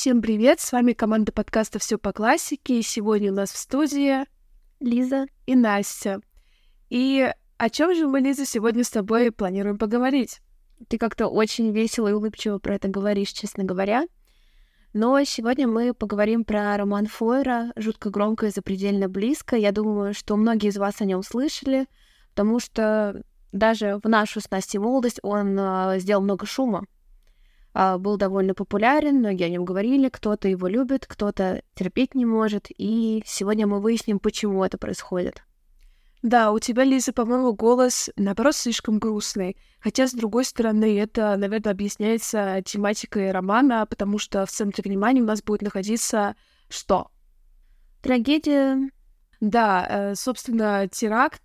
Всем привет, с вами команда подкаста «Все по классике», и сегодня у нас в студии Лиза и Настя. И о чем же мы, Лиза, сегодня с тобой планируем поговорить? Ты как-то очень весело и улыбчиво про это говоришь, честно говоря. Но сегодня мы поговорим про роман Фойера «Жутко громко и запредельно близко». Я думаю, что многие из вас о нем слышали, потому что даже в нашу с Настей молодость он сделал много шума. Был довольно популярен, многие о нем говорили, кто-то его любит, кто-то терпеть не может, и сегодня мы выясним, почему это происходит. Да, у тебя, Лиза, по-моему, голос, наоборот, слишком грустный. Хотя, с другой стороны, это, наверное, объясняется тематикой романа, потому что в центре внимания у нас будет находиться что? Трагедия. Да, собственно, теракт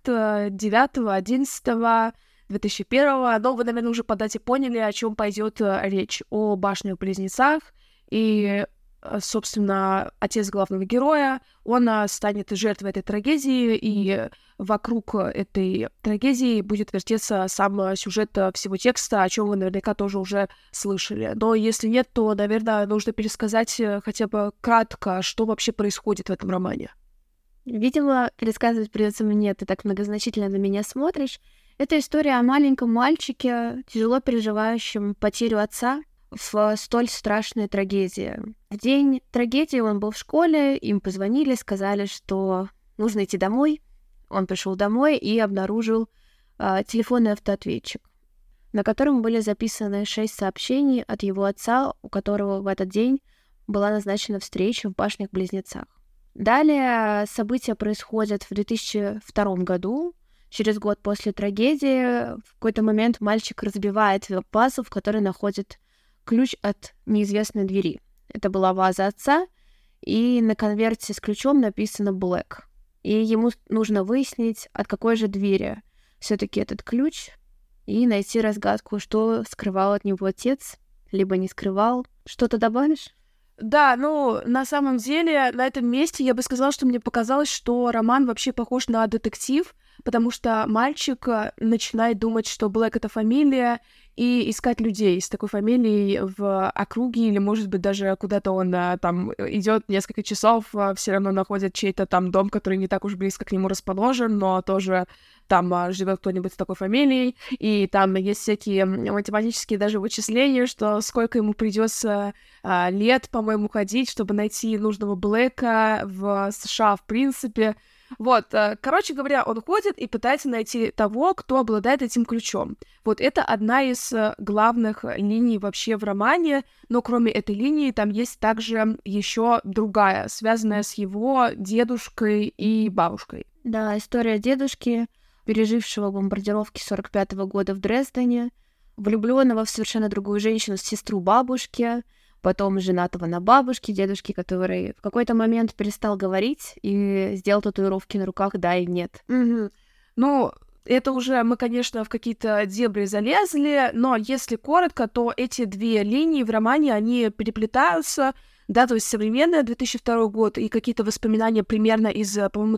9-11 2001, но вы, наверное, уже по дате поняли, о чем пойдет речь. О башнях-близнецах. И, собственно, отец главного героя, он станет жертвой этой трагедии, и вокруг этой трагедии будет вертеться сам сюжет всего текста, о чем вы наверняка тоже уже слышали. Но если нет, то, наверное, нужно пересказать хотя бы кратко, что вообще происходит в этом романе. Видимо, пересказывать придется мне, ты так многозначительно на меня смотришь. Это история о маленьком мальчике, тяжело переживающем потерю отца в столь страшной трагедии. В день трагедии он был в школе, им позвонили, сказали, что нужно идти домой. Он пришел домой и обнаружил телефонный автоответчик, на котором были записаны 6 сообщений от его отца, у которого в этот день была назначена встреча в башнях-близнецах. Далее события происходят в 2002 году. Через год после трагедии в какой-то момент мальчик разбивает вазу, в которой находит ключ от неизвестной двери. Это была ваза отца, и на конверте с ключом написано «Black». И ему нужно выяснить, от какой же двери все-таки этот ключ, и найти разгадку, что скрывал от него отец, либо не скрывал. Что-то добавишь? Да, ну, на самом деле, на этом месте я бы сказала, что мне показалось, что роман вообще похож на детектив, потому что мальчик начинает думать, что Блэк — это фамилия, и искать людей с такой фамилией в округе, или, может быть, даже куда-то он там идет несколько часов, все равно находит чей-то там дом, который не так уж близко к нему расположен, но тоже там живет кто-нибудь с такой фамилией, и там есть всякие математические даже вычисления, что сколько ему придется лет, по-моему, ходить, чтобы найти нужного Блэка в США, в принципе. Вот, короче говоря, он ходит и пытается найти того, кто обладает этим ключом. Вот это одна из главных линий вообще в романе, но кроме этой линии там есть также еще другая, связанная с его дедушкой и бабушкой. Да, история дедушки, пережившего бомбардировки 45-го года в Дрездене, влюбленного в совершенно другую женщину, сестру бабушки, потом женатого на бабушке, дедушке, который в какой-то момент перестал говорить и сделал татуировки на руках «да» и «нет». Угу. Ну, это уже мы, конечно, в какие-то дебри залезли, но если коротко, то эти две линии в романе, они переплетаются, да, то есть современный 2002 год и какие-то воспоминания примерно из, по-моему,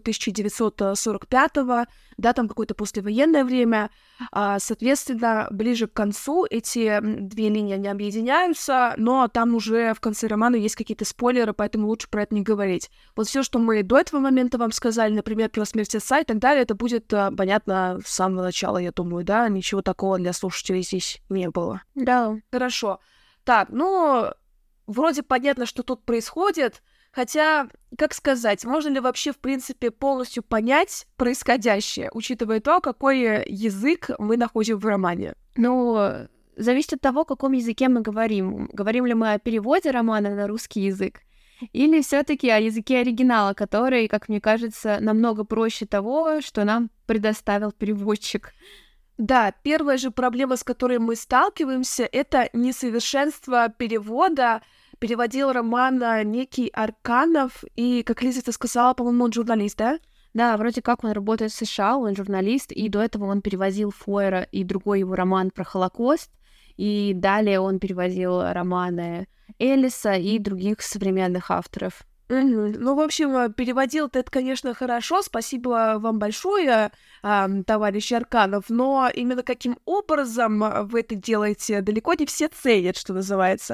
1945-го, да, там какое-то послевоенное время. Соответственно, ближе к концу эти две линии, они объединяются, но там уже в конце романа есть какие-то спойлеры, поэтому лучше про это не говорить. Вот все, что мы до этого момента вам сказали, например, про смерть отца и так далее, это будет понятно с самого начала, я думаю, да, ничего такого для слушателей здесь не было. Да. Хорошо. Так, ну... Вроде понятно, что тут происходит, хотя, как сказать, можно ли вообще, в принципе, полностью понять происходящее, учитывая то, какой язык мы находим в романе? Ну, зависит от того, о каком языке мы говорим. Говорим ли мы о переводе романа на русский язык, или все-таки о языке оригинала, который, как мне кажется, намного проще того, что нам предоставил переводчик. Да, первая же проблема, с которой мы сталкиваемся, это несовершенство перевода. Переводил роман некий Арканов, и, как Лиза, ты сказала, по-моему, он журналист, да? Да, вроде как он работает в США, он журналист, и до этого он переводил Фойера и другой его роман про Холокост, и далее он переводил романы Эллиса и других современных авторов. Ну, в общем, переводил-то это, конечно, хорошо, спасибо вам большое, товарищ Арканов, но именно каким образом вы это делаете, далеко не все ценят, что называется.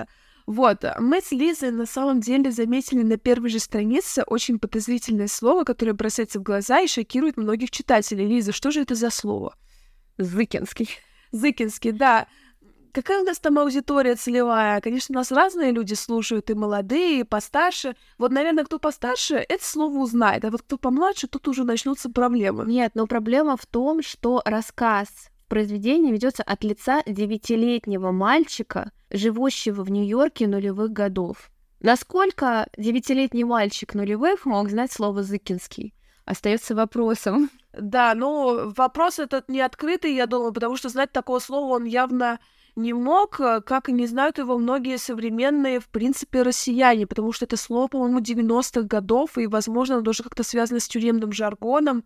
Вот, мы с Лизой на самом деле заметили на первой же странице очень подозрительное слово, которое бросается в глаза и шокирует многих читателей. Лиза, что же это за слово? Зыкинский. Зыкинский, да. Какая у нас там аудитория целевая? Конечно, у нас разные люди слушают, и молодые, и постарше. Вот, наверное, кто постарше, это слово узнает, а вот кто помладше, тут уже начнутся проблемы. Нет, но проблема в том, что рассказ произведения ведется от лица 9-летнего мальчика, живущего в Нью-Йорке нулевых годов. Насколько 9-летний мальчик нулевых мог знать слово «зыкинский»? Остается вопросом. Да, ну, вопрос этот не открытый, я думаю, потому что знать такого слова он явно не мог, как и не знают его многие современные, в принципе, россияне, потому что это слово, по-моему, 90-х годов, и, возможно, оно тоже как-то связано с тюремным жаргоном.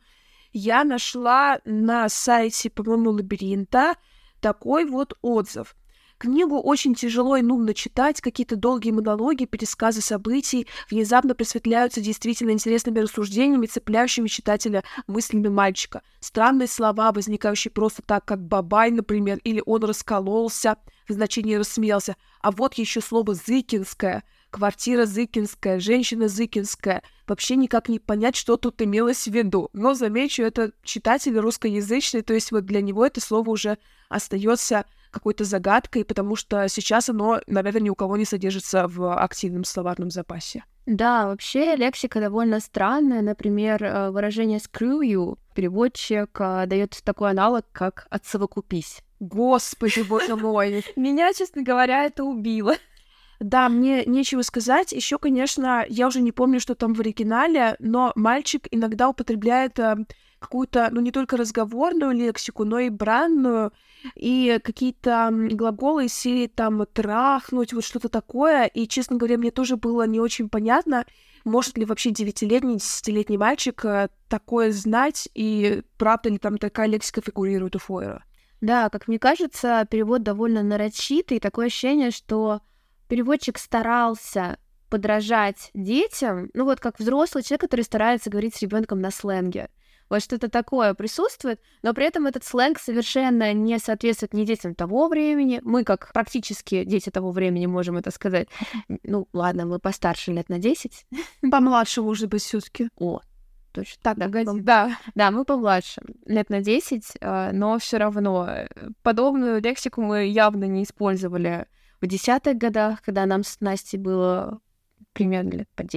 Я нашла на сайте, по-моему, «Лабиринта» такой вот отзыв. Книгу очень тяжело и нудно читать, какие-то долгие монологи, пересказы событий внезапно просветляются действительно интересными рассуждениями, цепляющими читателя мыслями мальчика. Странные слова, возникающие просто так, как «бабай», например, или «он раскололся», в значении «рассмеялся». А вот еще слово «зыкинское», «квартира зыкинская», «женщина зыкинская». Вообще никак не понять, что тут имелось в виду. Но, замечу, это читатель русскоязычный, то есть вот для него это слово уже остается какой-то загадкой, потому что сейчас оно, наверное, ни у кого не содержится в активном словарном запасе. Да, вообще лексика довольно странная. Например, выражение «screw you» переводчик дает такой аналог, как «отсовокупись». Господи, боже мой! Меня, честно говоря, это убило. Да, мне нечего сказать. Еще, конечно, я уже не помню, что там в оригинале, но мальчик иногда употребляет какую-то, ну, не только разговорную лексику, но и бранную, и какие-то глаголы из серии там «трахнуть», вот что-то такое. И, честно говоря, мне тоже было не очень понятно, может ли вообще 9-летний, 10-летний мальчик такое знать, и правда ли там такая лексика фигурирует у Фойера. Да, как мне кажется, перевод довольно нарочитый, такое ощущение, что переводчик старался подражать детям, ну вот как взрослый человек, который старается говорить с ребенком на сленге. Вот что-то такое присутствует, но при этом этот сленг совершенно не соответствует ни детям того времени. Мы, как практически дети того времени, можем это сказать. Ну, ладно, мы постарше лет на 10. Помладше, может быть, все-таки. О, точно. Так, да. Да, мы помладше, лет на 10, но все равно подобную лексику мы явно не использовали в 10-х годах, когда нам с Настей было примерно лет по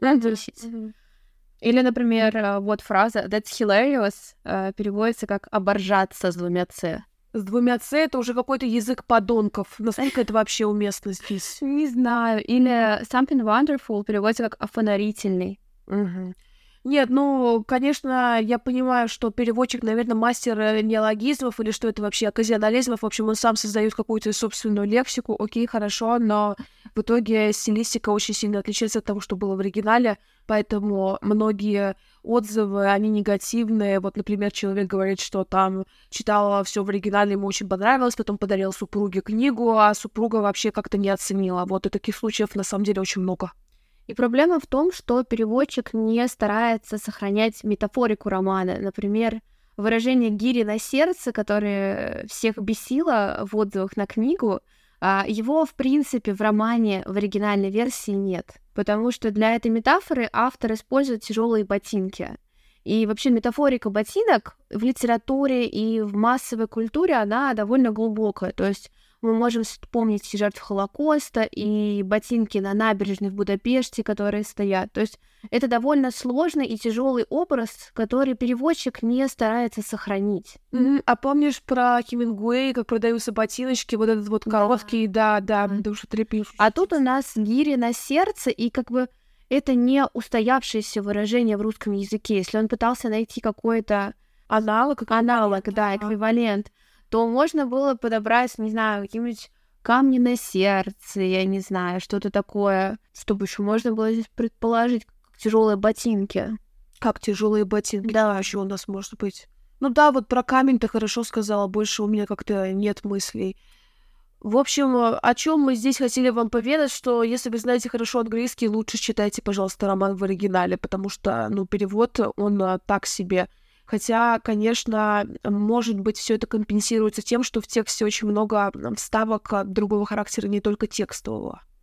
9-10. Или, например, вот фраза «That's hilarious» переводится как «оборжаться» с 2 «ц». С 2 «ц» это уже какой-то язык подонков. Насколько это вообще уместно здесь? Не знаю. Или «something wonderful» переводится как «офонарительный». Нет, ну, конечно, я понимаю, что переводчик, наверное, мастер неологизмов или что это вообще оказионализмов. В общем, он сам создает какую-то собственную лексику. Окей, хорошо, но в итоге стилистика очень сильно отличается от того, что было в оригинале, поэтому многие отзывы, они негативные. Вот, например, человек говорит, что там читала все в оригинале, ему очень понравилось, потом подарил супруге книгу, а супруга вообще как-то не оценила. Вот и таких случаев на самом деле очень много. И проблема в том, что переводчик не старается сохранять метафорику романа. Например, выражение «гири на сердце», которое всех бесило в отзывах на книгу, его, в принципе, в романе в оригинальной версии нет. Потому что для этой метафоры автор использует тяжелые ботинки. И вообще метафорика ботинок в литературе и в массовой культуре, она довольно глубокая. То есть мы можем вспомнить жертв Холокоста и ботинки на набережной в Будапеште, которые стоят. То есть это довольно сложный и тяжелый образ, который переводчик не старается сохранить. А помнишь про Хемингуэй, как продаются ботиночки, вот этот вот короткий, да, душу трепещущий. А тут у нас гири на сердце, и как бы это не устоявшееся выражение в русском языке. Если он пытался найти какой-то аналог, да, эквивалент, то можно было подобрать, не знаю, какие-нибудь камни на сердце, я не знаю, что-то такое, чтобы еще можно было здесь предположить, как тяжелые ботинки. Как тяжелые ботинки? Да, еще у нас может быть. Ну да, вот про камень ты хорошо сказала, больше у меня как-то нет мыслей. В общем, о чем мы здесь хотели вам поведать, что если вы знаете хорошо английский, лучше читайте, пожалуйста, роман в оригинале, потому что, ну, перевод, он так себе. Хотя, конечно, может быть, все это компенсируется тем, что в тексте очень много вставок другого характера, не только текстового.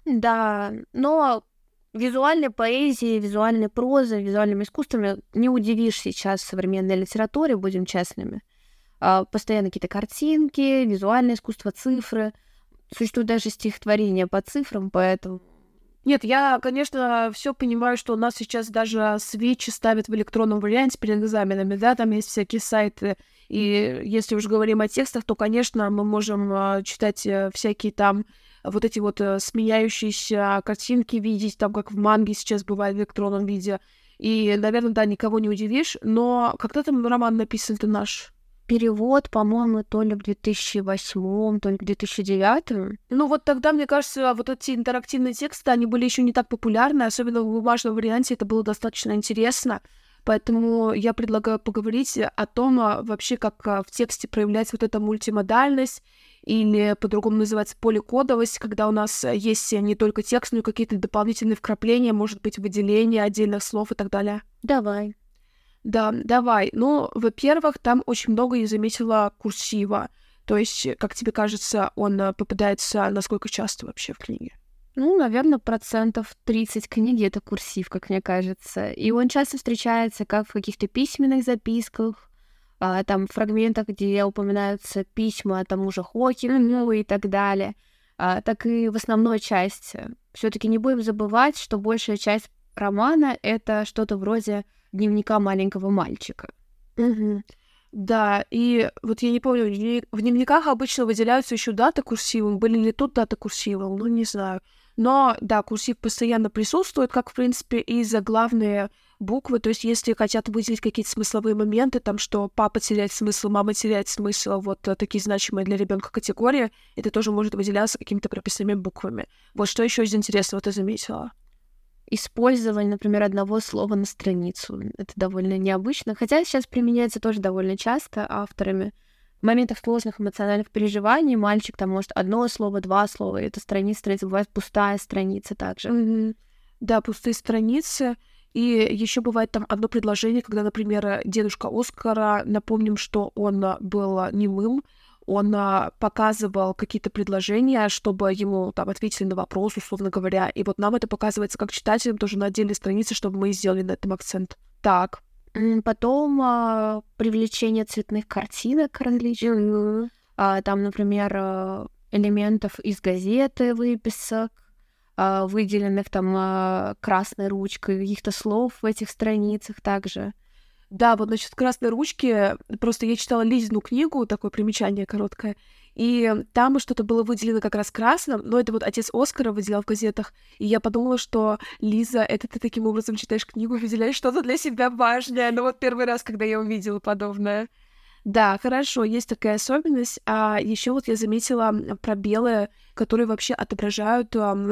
Да, но визуальной поэзией, визуальной прозой, визуальными искусствами не удивишь сейчас в современной литературе, будем честными. Постоянно какие-то картинки, визуальное искусство, цифры. Существует даже стихотворение по цифрам, поэтому... Нет, я, конечно, все понимаю, что у нас сейчас даже свечи ставят в электронном варианте перед экзаменами, да, там есть всякие сайты, и если уж говорим о текстах, то, конечно, мы можем читать всякие там вот эти вот сменяющиеся картинки, видеть, там, как в манге сейчас бывает в электронном виде, и, наверное, да, никого не удивишь, но когда там роман написан-то наш? Перевод, по-моему, то ли в 2008, то ли в 2009. Ну вот тогда, мне кажется, вот эти интерактивные тексты, они были еще не так популярны, особенно в бумажном варианте это было достаточно интересно. Поэтому я предлагаю поговорить о том, вообще, как в тексте проявляется вот эта мультимодальность, или по-другому называется поликодовость, когда у нас есть не только текст, но и какие-то дополнительные вкрапления, может быть, выделения отдельных слов и так далее. Давай. Да, давай. Ну, во-первых, там очень много я заметила курсива. То есть, как тебе кажется, он попадается насколько часто вообще в книге? Ну, наверное, 30% книги — это курсив, как мне кажется. И он часто встречается как в каких-то письменных записках, там, фрагментах, где упоминаются письма тому же Хокингу и так далее, так и в основной части. Все-таки не будем забывать, что большая часть романа — это что-то вроде дневника маленького мальчика. Угу. Да, и вот я не помню, в дневниках обычно выделяются еще даты курсивом, были ли тут даты курсивом, ну, не знаю. Но, да, курсив постоянно присутствует, как, в принципе, и заглавные буквы, то есть если хотят выделить какие-то смысловые моменты, там, что папа теряет смысл, мама теряет смысл, вот такие значимые для ребенка категории, это тоже может выделяться какими-то прописными буквами. Вот что еще из интересного ты заметила? Использование, например, одного слова на страницу. Это довольно необычно, хотя сейчас применяется тоже довольно часто авторами. В моментах сложных эмоциональных переживаний мальчик там может одно слово, два слова, и эта страница бывает пустая страница также. Mm-hmm. Да, пустые страницы. И еще бывает там одно предложение, когда, например, дедушка Оскара, напомним, что он был немым, он показывал какие-то предложения, чтобы ему там ответили на вопрос, условно говоря. И вот нам это показывается как читателям тоже на отдельной странице, чтобы мы сделали на этом акцент. Так. Потом привлечение цветных картинок различных. Там, например, элементов из газеты, выписок, выделенных там красной ручкой, каких-то слов в этих страницах также. Да, вот насчет красной ручки, просто я читала Лизину книгу, такое примечание короткое, и там что-то было выделено как раз красным, но это вот отец Оскара выделял в газетах, и я подумала, что Лиза, это ты таким образом читаешь книгу, выделяешь что-то для себя важное, но вот первый раз, когда я увидела подобное. Да, хорошо, есть такая особенность. А еще вот я заметила пробелы, которые вообще отображают,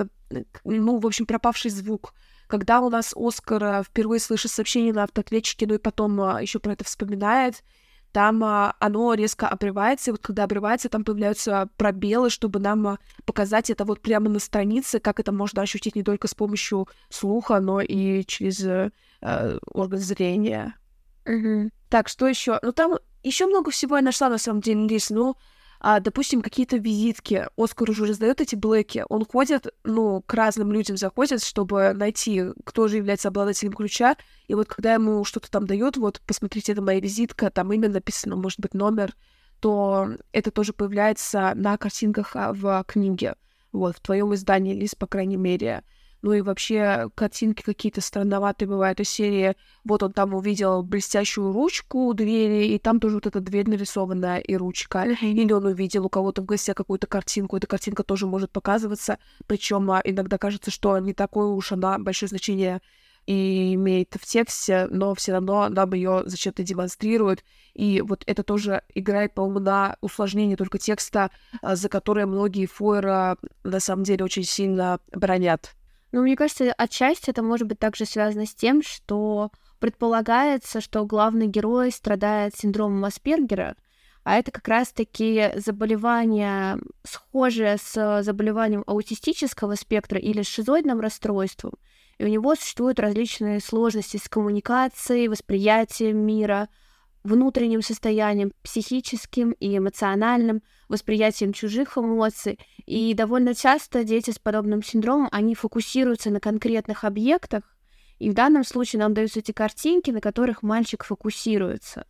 ну, в общем, пропавший звук. Когда у нас Оскар впервые слышит сообщение на автоответчике, ну и потом еще про это вспоминает, там оно резко обрывается, и вот когда обрывается, там появляются пробелы, чтобы нам показать это вот прямо на странице, как это можно ощутить не только с помощью слуха, но и через орган зрения. Угу. Так, что еще? Ну, там еще много всего я нашла, на самом деле, Лиз. Ну, допустим, какие-то визитки. Оскар уже раздает эти блэки. Он ходит, ну, к разным людям заходит, чтобы найти, кто же является обладателем ключа. И вот когда ему что-то там дают, вот, посмотрите, это моя визитка, там имя написано, может быть, номер, то это тоже появляется на картинках в книге. Вот, в твоем издании, Лиз, по крайней мере. Ну и вообще картинки какие-то странноватые бывают из серии. Вот он там увидел блестящую ручку у двери, и там тоже вот эта дверь нарисованная и ручка. Или он увидел у кого-то в гостях какую-то картинку, эта картинка тоже может показываться. Причем иногда кажется, что не такое уж она большое значение и имеет в тексте, но все равно нам ее зачем-то демонстрирует. И вот это тоже играет, по-моему, на усложнение только текста, за которое многие фойеры на самом деле очень сильно бронят. Ну, мне кажется, отчасти это может быть также связано с тем, что предполагается, что главный герой страдает синдромом Аспергера, а это как раз-таки заболевание, схожее с заболеванием аутистического спектра или с шизоидным расстройством. И у него существуют различные сложности с коммуникацией, восприятием мира, внутренним состоянием, психическим и эмоциональным, восприятием чужих эмоций. И довольно часто дети с подобным синдромом, они фокусируются на конкретных объектах, и в данном случае нам даются эти картинки, на которых мальчик фокусируется.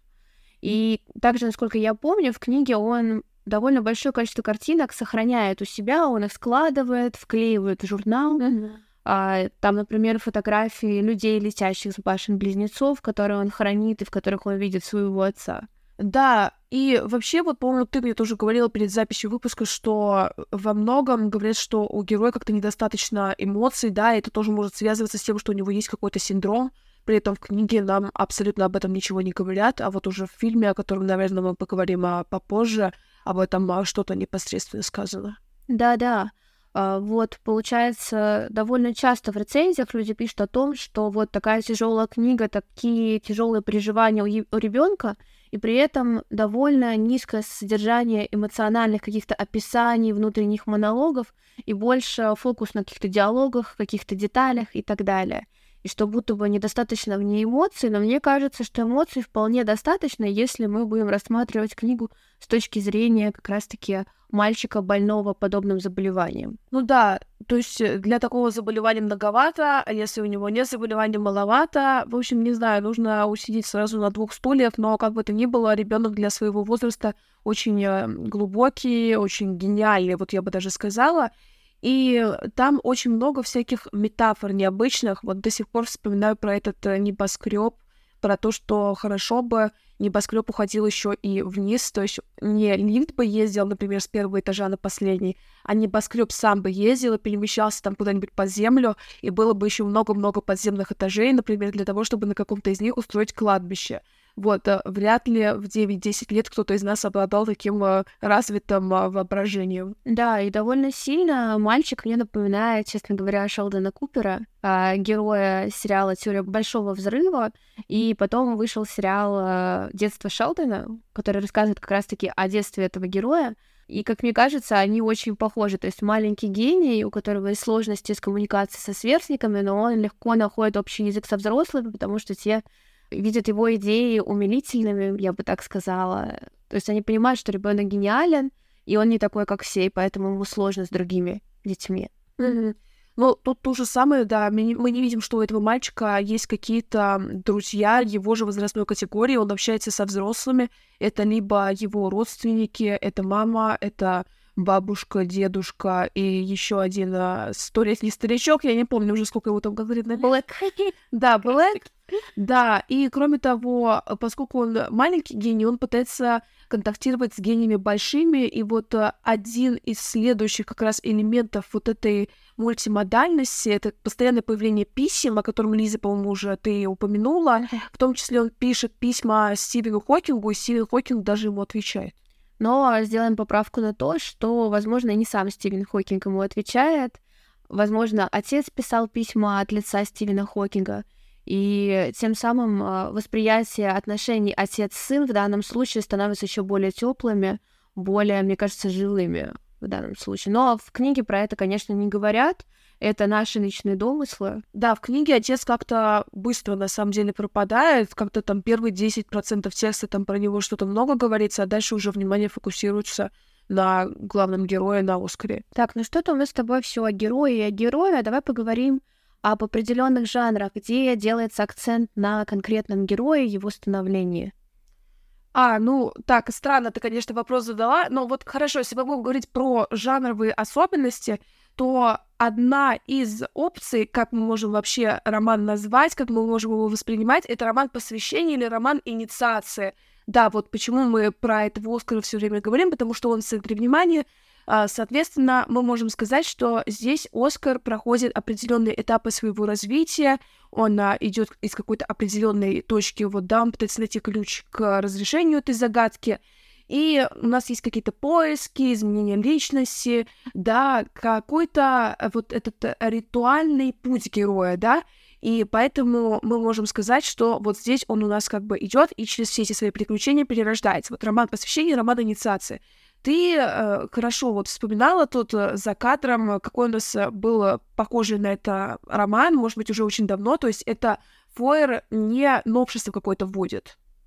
И также, насколько я помню, в книге он довольно большое количество картинок сохраняет у себя, он их складывает, вклеивает в журнал. Там, например, фотографии людей, летящих с башен-близнецов, которые он хранит и в которых он видит своего отца. Да, и вообще, вот, по-моему, ты мне тоже говорила перед записью выпуска, что во многом говорят, что у героя как-то недостаточно эмоций, да, и это тоже может связываться с тем, что у него есть какой-то синдром. При этом в книге нам абсолютно об этом ничего не говорят, а вот уже в фильме, о котором, наверное, мы поговорим попозже, об этом что-то непосредственно сказано. Да-да. Вот, получается, довольно часто в рецензиях люди пишут о том, что вот такая тяжелая книга, такие тяжелые переживания у ребенка, и при этом довольно низкое содержание эмоциональных каких-то описаний, внутренних монологов, и больше фокус на каких-то диалогах, каких-то деталях и так далее. И что будто бы недостаточно в ней эмоций, но мне кажется, что эмоций вполне достаточно, если мы будем рассматривать книгу с точки зрения как раз-таки мальчика, больного подобным заболеванием. Ну да, то есть для такого заболевания многовато, а если у него нет заболевания, маловато. В общем, не знаю, нужно усидеть сразу на 2 стульях, но как бы то ни было, ребенок для своего возраста очень глубокий, очень гениальный, вот я бы даже сказала. И там очень много всяких метафор необычных. Вот до сих пор вспоминаю про этот небоскреб, про то, что хорошо бы небоскреб уходил еще и вниз, то есть не лифт бы ездил, например, с первого этажа на последний, а небоскреб сам бы ездил и перемещался там куда-нибудь под землю, и было бы еще много-много подземных этажей, например, для того, чтобы на каком-то из них устроить кладбище. Вот, вряд ли в 9-10 лет кто-то из нас обладал таким развитым воображением. Да, и довольно сильно мальчик мне напоминает, честно говоря, Шелдона Купера, героя сериала «Теория большого взрыва», и потом вышел сериал «Детство Шелдона», который рассказывает как раз-таки о детстве этого героя. И, как мне кажется, они очень похожи. То есть маленький гений, у которого есть сложности с коммуникацией со сверстниками, но он легко находит общий язык со взрослыми, потому что те видят его идеи умилительными, я бы так сказала. То есть они понимают, что ребенок гениален, и он не такой, как все, и поэтому ему сложно с другими детьми. Ну, тут то же самое, да, мы не видим, что у этого мальчика есть какие-то друзья его же возрастной категории, он общается со взрослыми, это либо его родственники, это мама, это бабушка, дедушка и еще один 100-летний старичок, я не помню уже, сколько его там говорит, наверное. Блэк. Да, Блэк. Да, и кроме того, поскольку он маленький гений, он пытается контактировать с гениями большими, и вот один из следующих как раз элементов вот этой мультимодальности — это постоянное появление писем, о котором, Лиза, по-моему, уже ты упомянула, в том числе он пишет письма Стивену Хокингу, и Стивен Хокинг даже ему отвечает. Но сделаем поправку на то, что, возможно, не сам Стивен Хокинг ему отвечает. Возможно, отец писал письма от лица Стивена Хокинга, и тем самым восприятие отношений отец-сын в данном случае становится еще более теплыми, более, мне кажется, живыми в данном случае. Но в книге про это, конечно, не говорят. Это наши личные домыслы. Да, в книге отец как-то быстро, на самом деле, пропадает. Как-то там первые 10% текста там про него что-то много говорится, а дальше уже внимание фокусируется на главном герое, на Оскаре. Так, ну что-то у нас с тобой все о герое и о герое. Давай поговорим об определенных жанрах, где делается акцент на конкретном герое и его становлении. Ну, так, странно ты, конечно, вопрос задала, но вот хорошо, если мы будем говорить про жанровые особенности, то одна из опций, как мы можем вообще роман назвать, как мы можем его воспринимать, это роман посвящения или роман инициации. Да, вот почему мы про этого Оскара все время говорим, потому что он в центре внимания. Соответственно, мы можем сказать, что здесь Оскар проходит определенные этапы своего развития, он идет из какой-то определенной точки, вот да, он пытается найти ключ к разрешению этой загадки, и у нас есть какие-то поиски, изменения личности, да, какой-то вот этот ритуальный путь героя, да, и поэтому мы можем сказать, что вот здесь он у нас как бы идет и через все эти свои приключения перерождается. Вот роман посвящения, роман инициации. Ты хорошо вот вспоминала тут за кадром, какой у нас был похожий на это роман, может быть, уже очень давно, то есть это Фойер не новшество какое-то вводит.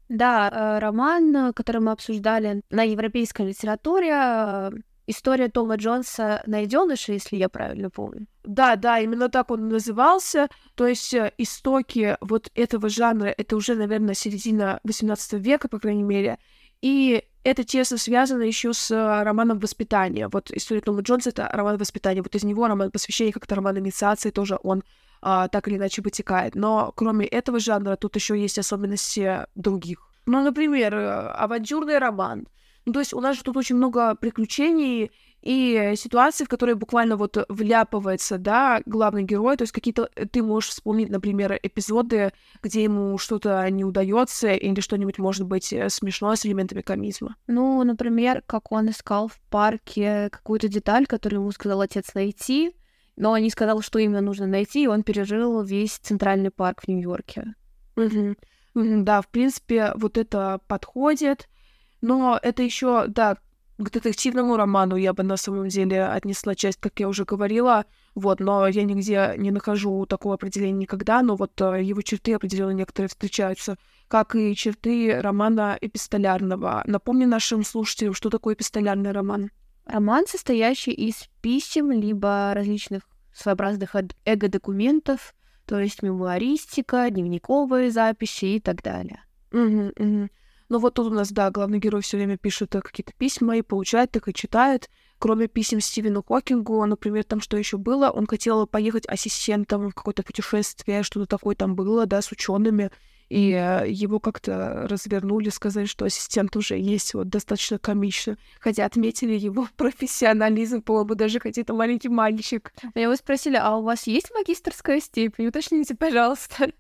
Роман, который мы обсуждали на европейской литературе, история Тома Джонса «Найдёныша», если я правильно помню. Да, именно так он назывался. То есть истоки вот этого жанра, это уже, наверное, середина XVIII века, по крайней мере. И это тесно связано еще с романом «Воспитание». Вот история Тома Джонса — это роман «Воспитание». Вот из него роман «Посвящение», как-то роман «Инициации» тоже он так или иначе вытекает. Но кроме этого жанра тут еще есть особенности других. Ну, например, авантюрный роман. Ну, то есть у нас же тут очень много приключений и ситуаций, в которые буквально вот вляпывается, да, главный герой. То есть какие-то ты можешь вспомнить, например, эпизоды, где ему что-то не удается или что-нибудь может быть смешное с элементами комизма. Ну, например, как он искал в парке какую-то деталь, которую ему сказал отец найти, но не сказал, что именно нужно найти, и он пережил весь Центральный парк в Нью-Йорке. Да, в принципе, вот это подходит, но это еще, да, к детективному роману я бы на самом деле отнесла часть, как я уже говорила, вот, но я нигде не нахожу такого определения никогда, но вот его черты определенно некоторые встречаются, как и черты романа эпистолярного. Напомни нашим слушателям, что такое эпистолярный роман. Роман, состоящий из писем, либо различных своеобразных эго-документов, то есть мемуаристика, дневниковые записи и так далее. Ну вот тут у нас, да, главный герой все время пишет какие-то письма и получает их, и читает. Кроме писем Стивену Хокингу, например, там что еще было? Он хотел поехать ассистентом в какое-то путешествие, что-то такое там было, да, с учеными. И его как-то развернули, сказали, что ассистент уже есть, вот, достаточно комично. Хотя отметили его профессионализм, по-моему, даже какой-то маленький мальчик. Меня его спросили, а у вас есть магистерская степень? Уточните, пожалуйста.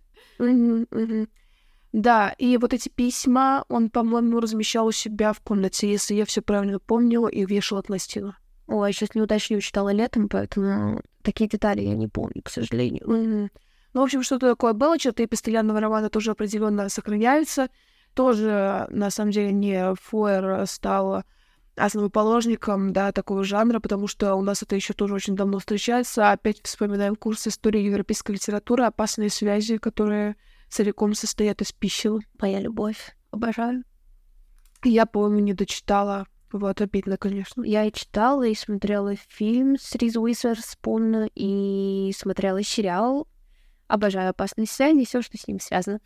Да, и вот эти письма он, по-моему, размещал у себя в комнате, если я все правильно помнила, и вешал их на стену. Ой, сейчас не уточню, читала летом, поэтому такие детали я не помню, к сожалению. Ну, в общем, что-то такое было, черты эпистолярного романа тоже определенно сохраняются. Тоже, на самом деле, не Фойер стал основоположником, да, такого жанра, потому что у нас это еще тоже очень давно встречается. Опять вспоминаем курс истории европейской литературы, опасные связи, которые целиком состоят из писем. Моя любовь. Обожаю. Я, по-моему, не дочитала. Вот, обидно, конечно. Я и читала, и смотрела фильм с Риз Уизерспун, и смотрела сериал. Обожаю «Опасные связи» и все, что с ним связано.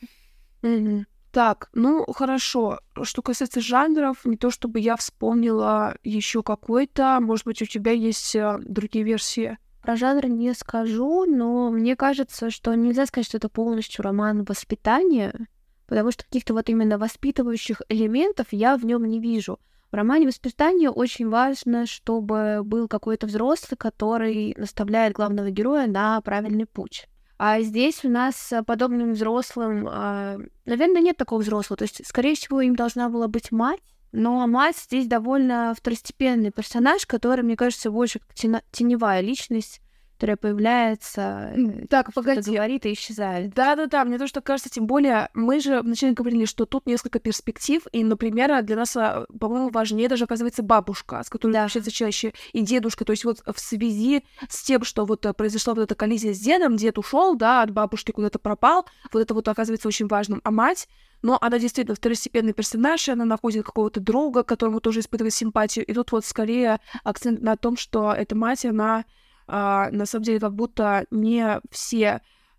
Так, ну, хорошо. Что касается жанров, не то чтобы я вспомнила еще какой-то. Может быть, у тебя есть другие версии? Про жанр не скажу, но мне кажется, что нельзя сказать, что это полностью роман воспитания, потому что каких-то вот именно воспитывающих элементов я в нем не вижу. В романе «Воспитание» очень важно, чтобы был какой-то взрослый, который наставляет главного героя на правильный путь. А здесь у нас подобным взрослым, наверное, нет такого взрослого. То есть, скорее всего, им должна была быть мать, но мать здесь довольно второстепенный персонаж, который, мне кажется, больше как теневая личность, которая появляется, так, погоди, говорит и исчезает. Да, мне тоже так кажется, тем более мы же вначале говорили, что тут несколько перспектив, и, например, для нас, по-моему, важнее даже оказывается бабушка, с которой общается чаще, и дедушка, то есть вот в связи с тем, что вот произошла вот эта коллизия с дедом, дед ушел, да, от бабушки куда-то пропал, вот это вот оказывается очень важным, а мать, но она действительно второстепенный персонаж, и она находит какого-то друга, к которому тоже испытывает симпатию, и тут вот скорее акцент на том, что эта мать, она на самом деле как будто не всем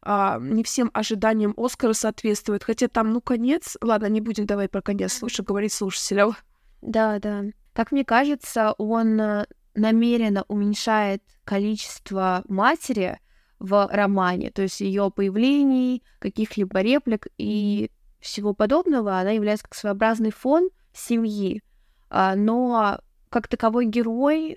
ожиданиям Оскара соответствует. Хотя там, конец... Ладно, не будем давай про конец лучше говорить слушателям. Да. Как мне кажется, он намеренно уменьшает количество матери в романе, то есть ее появлений, каких-либо реплик и всего подобного. Она является как своеобразный фон семьи. Но как таковой герой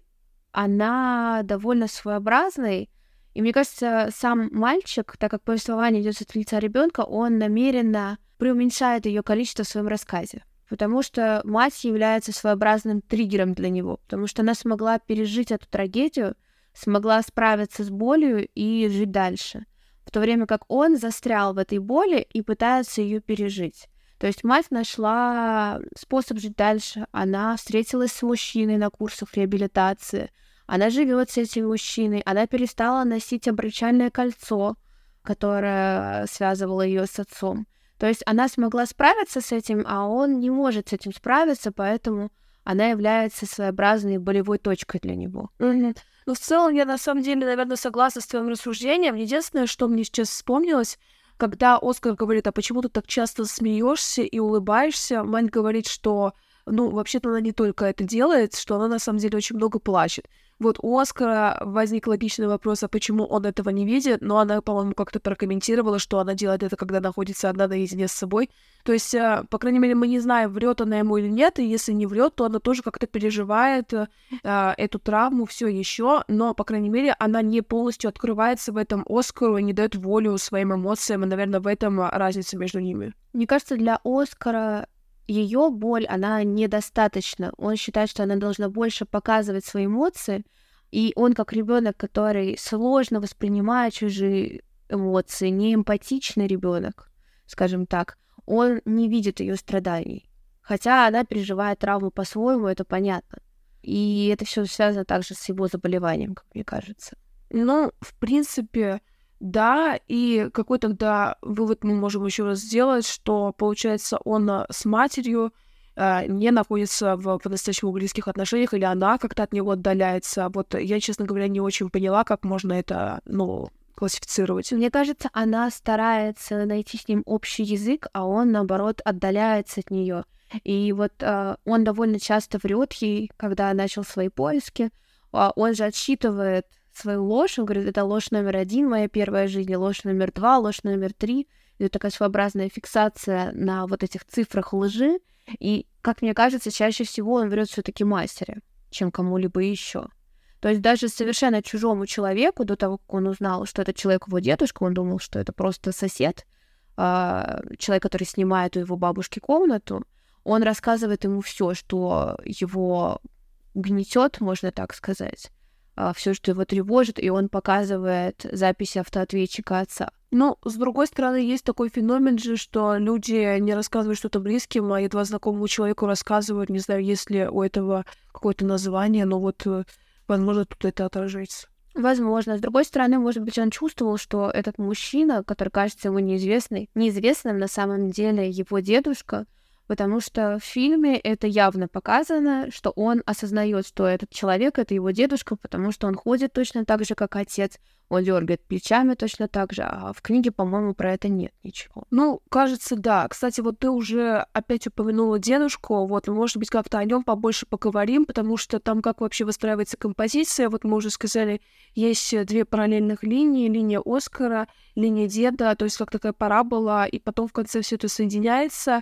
она довольно своеобразной, и мне кажется, сам мальчик, так как повествование идет от лица ребенка, он намеренно преуменьшает ее количество в своем рассказе, потому что мать является своеобразным триггером для него, потому что она смогла пережить эту трагедию, смогла справиться с болью и жить дальше, в то время как он застрял в этой боли и пытается ее пережить. То есть мать нашла способ жить дальше, она встретилась с мужчиной на курсах реабилитации, она живет с этим мужчиной, она перестала носить обручальное кольцо, которое связывало ее с отцом. То есть она смогла справиться с этим, а он не может с этим справиться, поэтому она является своеобразной болевой точкой для него. Ну, в целом, я на самом деле, наверное, согласна с твоим рассуждением. Единственное, что мне сейчас вспомнилось, когда Оскар говорит, а почему ты так часто смеешься и улыбаешься, мать говорит, что, ну, вообще-то она не только это делает, что она на самом деле очень много плачет. Вот у Оскара возник логичный вопрос, а почему он этого не видит, но она, по-моему, как-то прокомментировала, что она делает это, когда находится одна наедине с собой. То есть, по крайней мере, мы не знаем, врет она ему или нет, и если не врет, то она тоже как-то переживает эту травму все еще, но, по крайней мере, она не полностью открывается в этом Оскару и не дает волю своим эмоциям, и, наверное, в этом разница между ними. Мне кажется, для Оскара ее боль, она недостаточна. Он считает, что она должна больше показывать свои эмоции, и он, как ребенок, который сложно воспринимает чужие эмоции, не эмпатичный ребенок, скажем так, он не видит ее страданий. Хотя она переживает травму по-своему, это понятно. И это все связано также с его заболеванием, как мне кажется. Ну, в принципе, да, и какой тогда вывод мы можем еще раз сделать, что, получается, он с матерью не находится в по-настоящему близких отношениях, или она как-то от него отдаляется. Вот я, честно говоря, не очень поняла, как можно это, классифицировать. Мне кажется, она старается найти с ним общий язык, а он, наоборот, отдаляется от нее. И вот он довольно часто врет ей, когда начал свои поиски. Он же отсчитывает свою ложь, он говорит, это ложь номер 1, моя первая жизнь, ложь номер 2, ложь номер 3. Это такая своеобразная фиксация на вот этих цифрах лжи. И, как мне кажется, чаще всего он врет все-таки матери, чем кому-либо еще. То есть даже совершенно чужому человеку, до того, как он узнал, что этот человек его дедушка, он думал, что это просто сосед, человек, который снимает у его бабушки комнату, он рассказывает ему все, что его гнетет, можно так сказать, все, что его тревожит, и он показывает записи автоответчика отца. Но, с другой стороны, есть такой феномен же, что люди не рассказывают что-то близким, а едва знакомому человеку рассказывают, не знаю, есть ли у этого какое-то название, но вот, возможно, тут это отражается. Возможно. С другой стороны, может быть, он чувствовал, что этот мужчина, который кажется ему неизвестным на самом деле его дедушка, потому что в фильме это явно показано, что он осознает, что этот человек — это его дедушка, потому что он ходит точно так же, как отец, он дергает плечами точно так же, а в книге, по-моему, про это нет ничего. Ну, кажется, да. Кстати, вот ты уже опять упомянула дедушку, вот, может быть, как-то о нем побольше поговорим, потому что там как вообще выстраивается композиция, вот мы уже сказали, есть 2 параллельных линии, линия Оскара, линия деда, то есть как такая парабола, и потом в конце все это соединяется.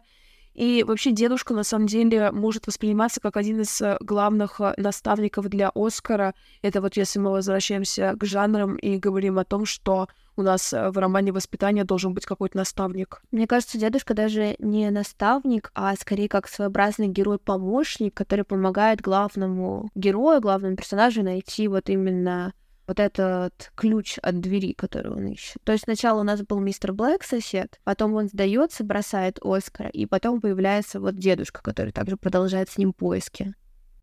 И вообще дедушка, на самом деле, может восприниматься как один из главных наставников для Оскара. Это вот если мы возвращаемся к жанрам и говорим о том, что у нас в романе «Воспитание» должен быть какой-то наставник. Мне кажется, дедушка даже не наставник, а скорее как своеобразный герой-помощник, который помогает главному герою, главному персонажу найти вот именно вот этот ключ от двери, который он ищет. То есть сначала у нас был мистер Блэк, сосед, потом он сдается, бросает Оскара, и потом появляется вот дедушка, который также продолжает с ним поиски.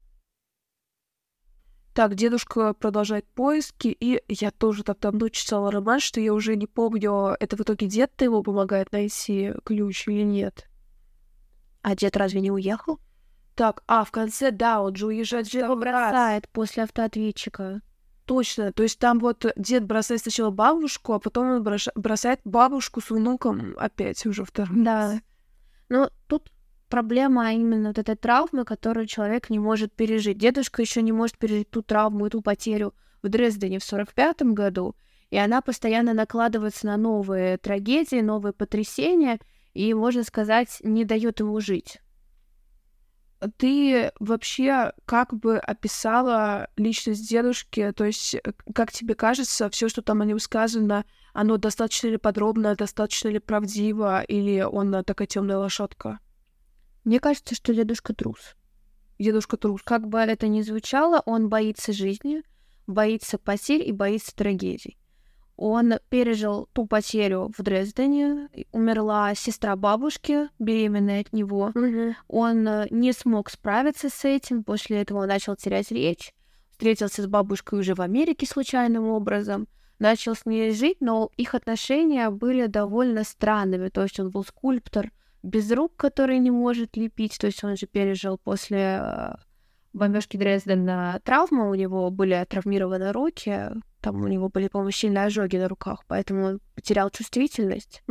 Так, дедушка продолжает поиски, и я тоже так давно читала роман, что я уже не помню, это в итоге дед-то ему помогает найти ключ или нет. А дед разве не уехал? Так, в конце, да, он же уезжает в Его бросает после автоответчика. Точно, то есть там вот дед бросает сначала бабушку, а потом он бросает бабушку с внуком опять уже второй раз. Ну, тут проблема именно вот этой травмы, которую человек не может пережить. Дедушка еще не может пережить ту травму и ту потерю в Дрездене в 1945 году, и она постоянно накладывается на новые трагедии, новые потрясения, и, можно сказать, не дает ему жить. Ты вообще как бы описала личность дедушки? То есть, как тебе кажется, все, что там о нем сказано, оно достаточно ли подробно, достаточно ли правдиво, или он такая темная лошадка? Мне кажется, что дедушка трус. Дедушка трус. Как бы это ни звучало, он боится жизни, боится потерь и боится трагедий. Он пережил ту потерю в Дрездене, умерла сестра бабушки, беременная от него. Он не смог справиться с этим, после этого он начал терять речь, встретился с бабушкой уже в Америке случайным образом, начал с ней жить, но их отношения были довольно странными. То есть он был скульптор без рук, который не может лепить. То есть он же пережил после бомбежки Дрездена травму, у него были травмированы руки, там у него были, по-моему, сильные ожоги на руках, поэтому он потерял чувствительность.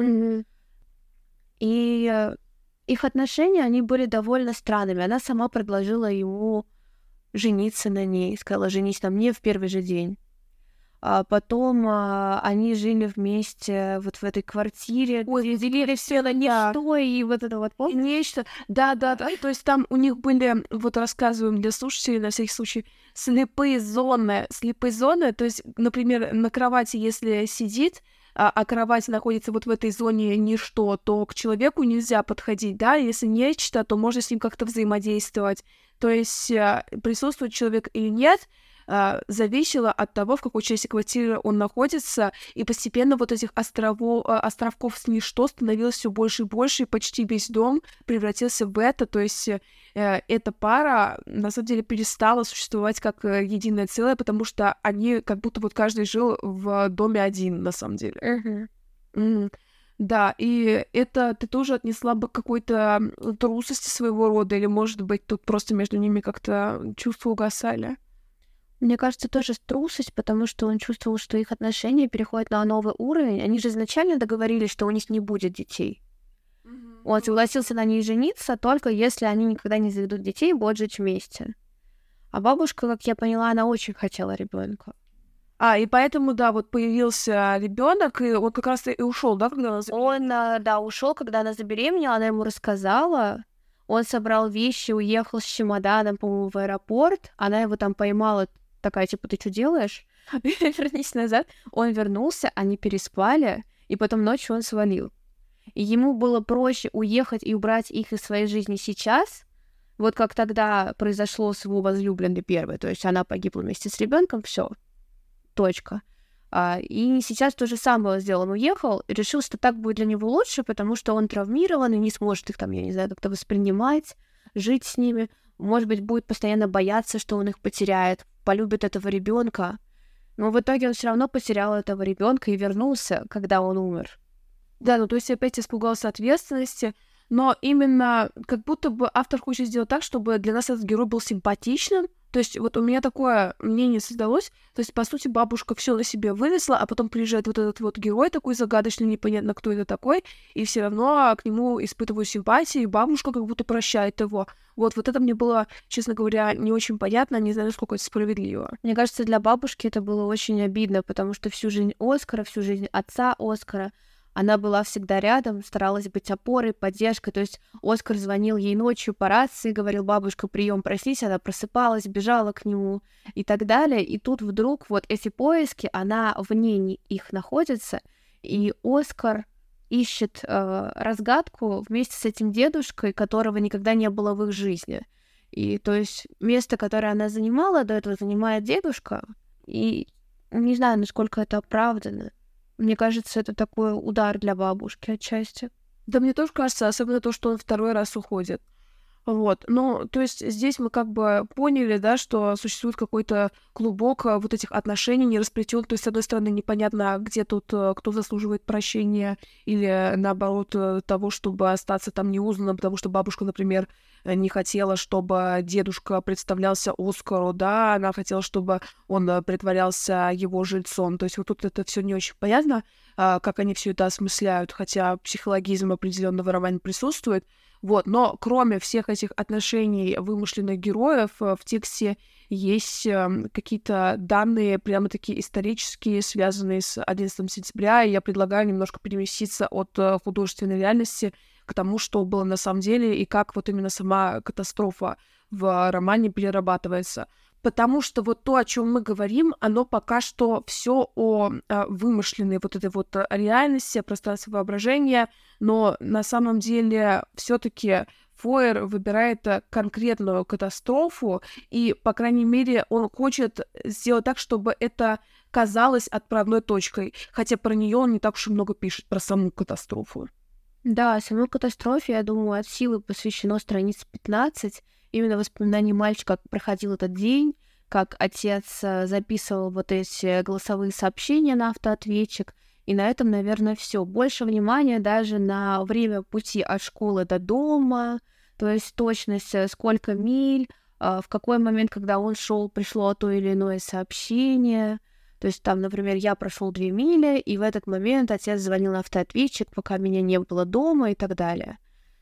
И их отношения, они были довольно странными. Она сама предложила ему жениться на ней, сказала: «Женись на мне в первый же день». А потом они жили вместе вот в этой квартире, где делили все на ничто, и вот это вот нечто. Да. То есть там у них были, вот рассказываем для слушателей на всякий случай, слепые зоны. То есть, например, на кровати, если сидит, а кровать находится вот в этой зоне ничто, то к человеку нельзя подходить, да, если нечто, то можно с ним как-то взаимодействовать. То есть присутствует человек или нет, зависело от того, в какой части квартиры он находится, и постепенно вот этих островков с ничто становилось все больше и больше, и почти весь дом превратился в это, то есть эта пара, на самом деле, перестала существовать как единое целое, потому что они как будто вот каждый жил в доме один, на самом деле. Да, и это ты тоже отнесла бы к какой-то трусости своего рода, или, может быть, тут просто между ними как-то чувства угасали? Мне кажется, тоже трусость, потому что он чувствовал, что их отношения переходят на новый уровень. Они же изначально договорились, что у них не будет детей. Он согласился на ней жениться, только если они никогда не заведут детей и будут жить вместе. А бабушка, как я поняла, она очень хотела ребенка. И поэтому, да, вот появился ребенок, и он как раз и ушел, да, когда она забеременела? Он, да, ушел, когда она забеременела, она ему рассказала. Он собрал вещи, уехал с чемоданом, по-моему, в аэропорт. Она его там поймала, такая, типа: «Ты что делаешь? Вернись назад». Он вернулся, они переспали, и потом ночью он свалил. И ему было проще уехать и убрать их из своей жизни сейчас, вот как тогда произошло с его возлюбленной первой. То есть она погибла вместе с ребенком, все, точка. И сейчас то же самое сделал. Он уехал и решил, что так будет для него лучше, потому что он травмирован и не сможет их там, я не знаю, как-то воспринимать, жить с ними. Может быть, будет постоянно бояться, что он их потеряет, полюбит этого ребенка. Но в итоге он все равно потерял этого ребенка и вернулся, когда он умер. Да, ну то есть опять испугался ответственности, но именно как будто бы автор хочет сделать так, чтобы для нас этот герой был симпатичным. То есть вот у меня такое мнение создалось. То есть, по сути, бабушка все на себе вынесла, а потом приезжает вот этот вот герой такой загадочный, непонятно, кто это такой, и все равно к нему испытываю симпатии, и бабушка как будто прощает его. Вот это мне было, честно говоря, не очень понятно, не знаю, насколько это справедливо. Мне кажется, для бабушки это было очень обидно, потому что всю жизнь Оскара, всю жизнь отца Оскара она была всегда рядом, старалась быть опорой, поддержкой. То есть Оскар звонил ей ночью по рации, говорил: «Бабушка, прием, проснись». Она просыпалась, бежала к нему и так далее. И тут вдруг вот эти поиски, она вне их находится, и Оскар ищет разгадку вместе с этим дедушкой, которого никогда не было в их жизни. И то есть место, которое она занимала до этого, занимает дедушка. И не знаю, насколько это оправдано. Мне кажется, это такой удар для бабушки отчасти. Да, мне тоже кажется, особенно то, что он второй раз уходит. Вот, ну, то есть здесь мы как бы поняли, да, что существует какой-то клубок вот этих отношений не расплетён. То есть, с одной стороны, непонятно, где тут кто заслуживает прощения или, наоборот, того, чтобы остаться там неузнанным, потому что бабушка, например, не хотела, чтобы дедушка представлялся Оскару, да, она хотела, чтобы он притворялся его жильцом. То есть вот тут это все не очень понятно, как они все это осмысляют, хотя психологизм определенно в романе присутствует. Вот, но кроме всех этих отношений вымышленных героев, в тексте есть какие-то данные прямо-таки исторические, связанные с 11 сентября, и я предлагаю немножко переместиться от художественной реальности к тому, что было на самом деле, и как вот именно сама катастрофа в романе перерабатывается. Потому что вот то, о чем мы говорим, оно пока что все о вымышленной вот этой вот реальности, о пространстве воображения, но на самом деле все-таки Фойер выбирает конкретную катастрофу, и, по крайней мере, он хочет сделать так, чтобы это казалось отправной точкой, хотя про нее он не так уж и много пишет, про саму катастрофу. Да, самой катастрофе, я думаю, от силы посвящено страниц 15, именно воспоминаний мальчика, как проходил этот день, как отец записывал вот эти голосовые сообщения на автоответчик, и на этом, наверное, все. Больше внимания даже на время пути от школы до дома, то есть точность, сколько миль, в какой момент, когда он шел, пришло то или иное сообщение. То есть там, например, я прошел 2 мили, и в этот момент отец звонил на автоответчик, пока меня не было дома и так далее.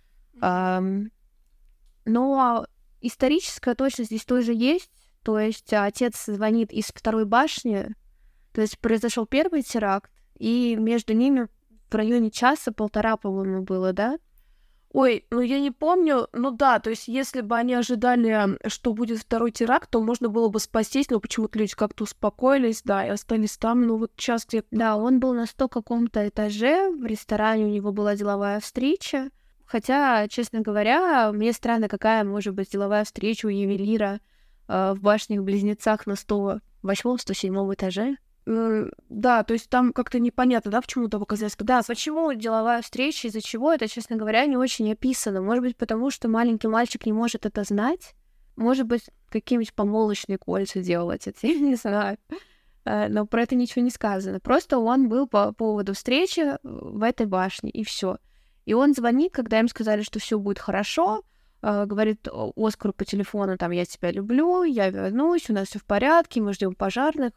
Но историческая точность здесь тоже есть. То есть отец звонит из 2-й башни, то есть произошел первый теракт, и между ними в районе часа-полтора, по-моему, было, да? Ой, ну я не помню, ну да, то есть если бы они ожидали, что будет 2-й теракт, то можно было бы спастись, но почему-то люди как-то успокоились, да, и остались там, ну вот сейчас где-то... Да, он был на 100 каком-то этаже, в ресторане у него была деловая встреча, хотя, честно говоря, мне странно, какая может быть деловая встреча у ювелира в башнях-близнецах на 108-107 этаже. Да, то есть там как-то непонятно, да, почему там оказалось... Да, почему деловая встреча, из-за чего, это, честно говоря, не очень описано. Может быть, потому что маленький мальчик не может это знать? Может быть, какие-нибудь помолвочные кольца делал отец, я не знаю. Но про это ничего не сказано. Просто он был по поводу встречи в этой башне, и все. И он звонит, когда им сказали, что все будет хорошо, говорит Оскару по телефону, там, я тебя люблю, я вернусь, у нас все в порядке, мы ждем пожарных.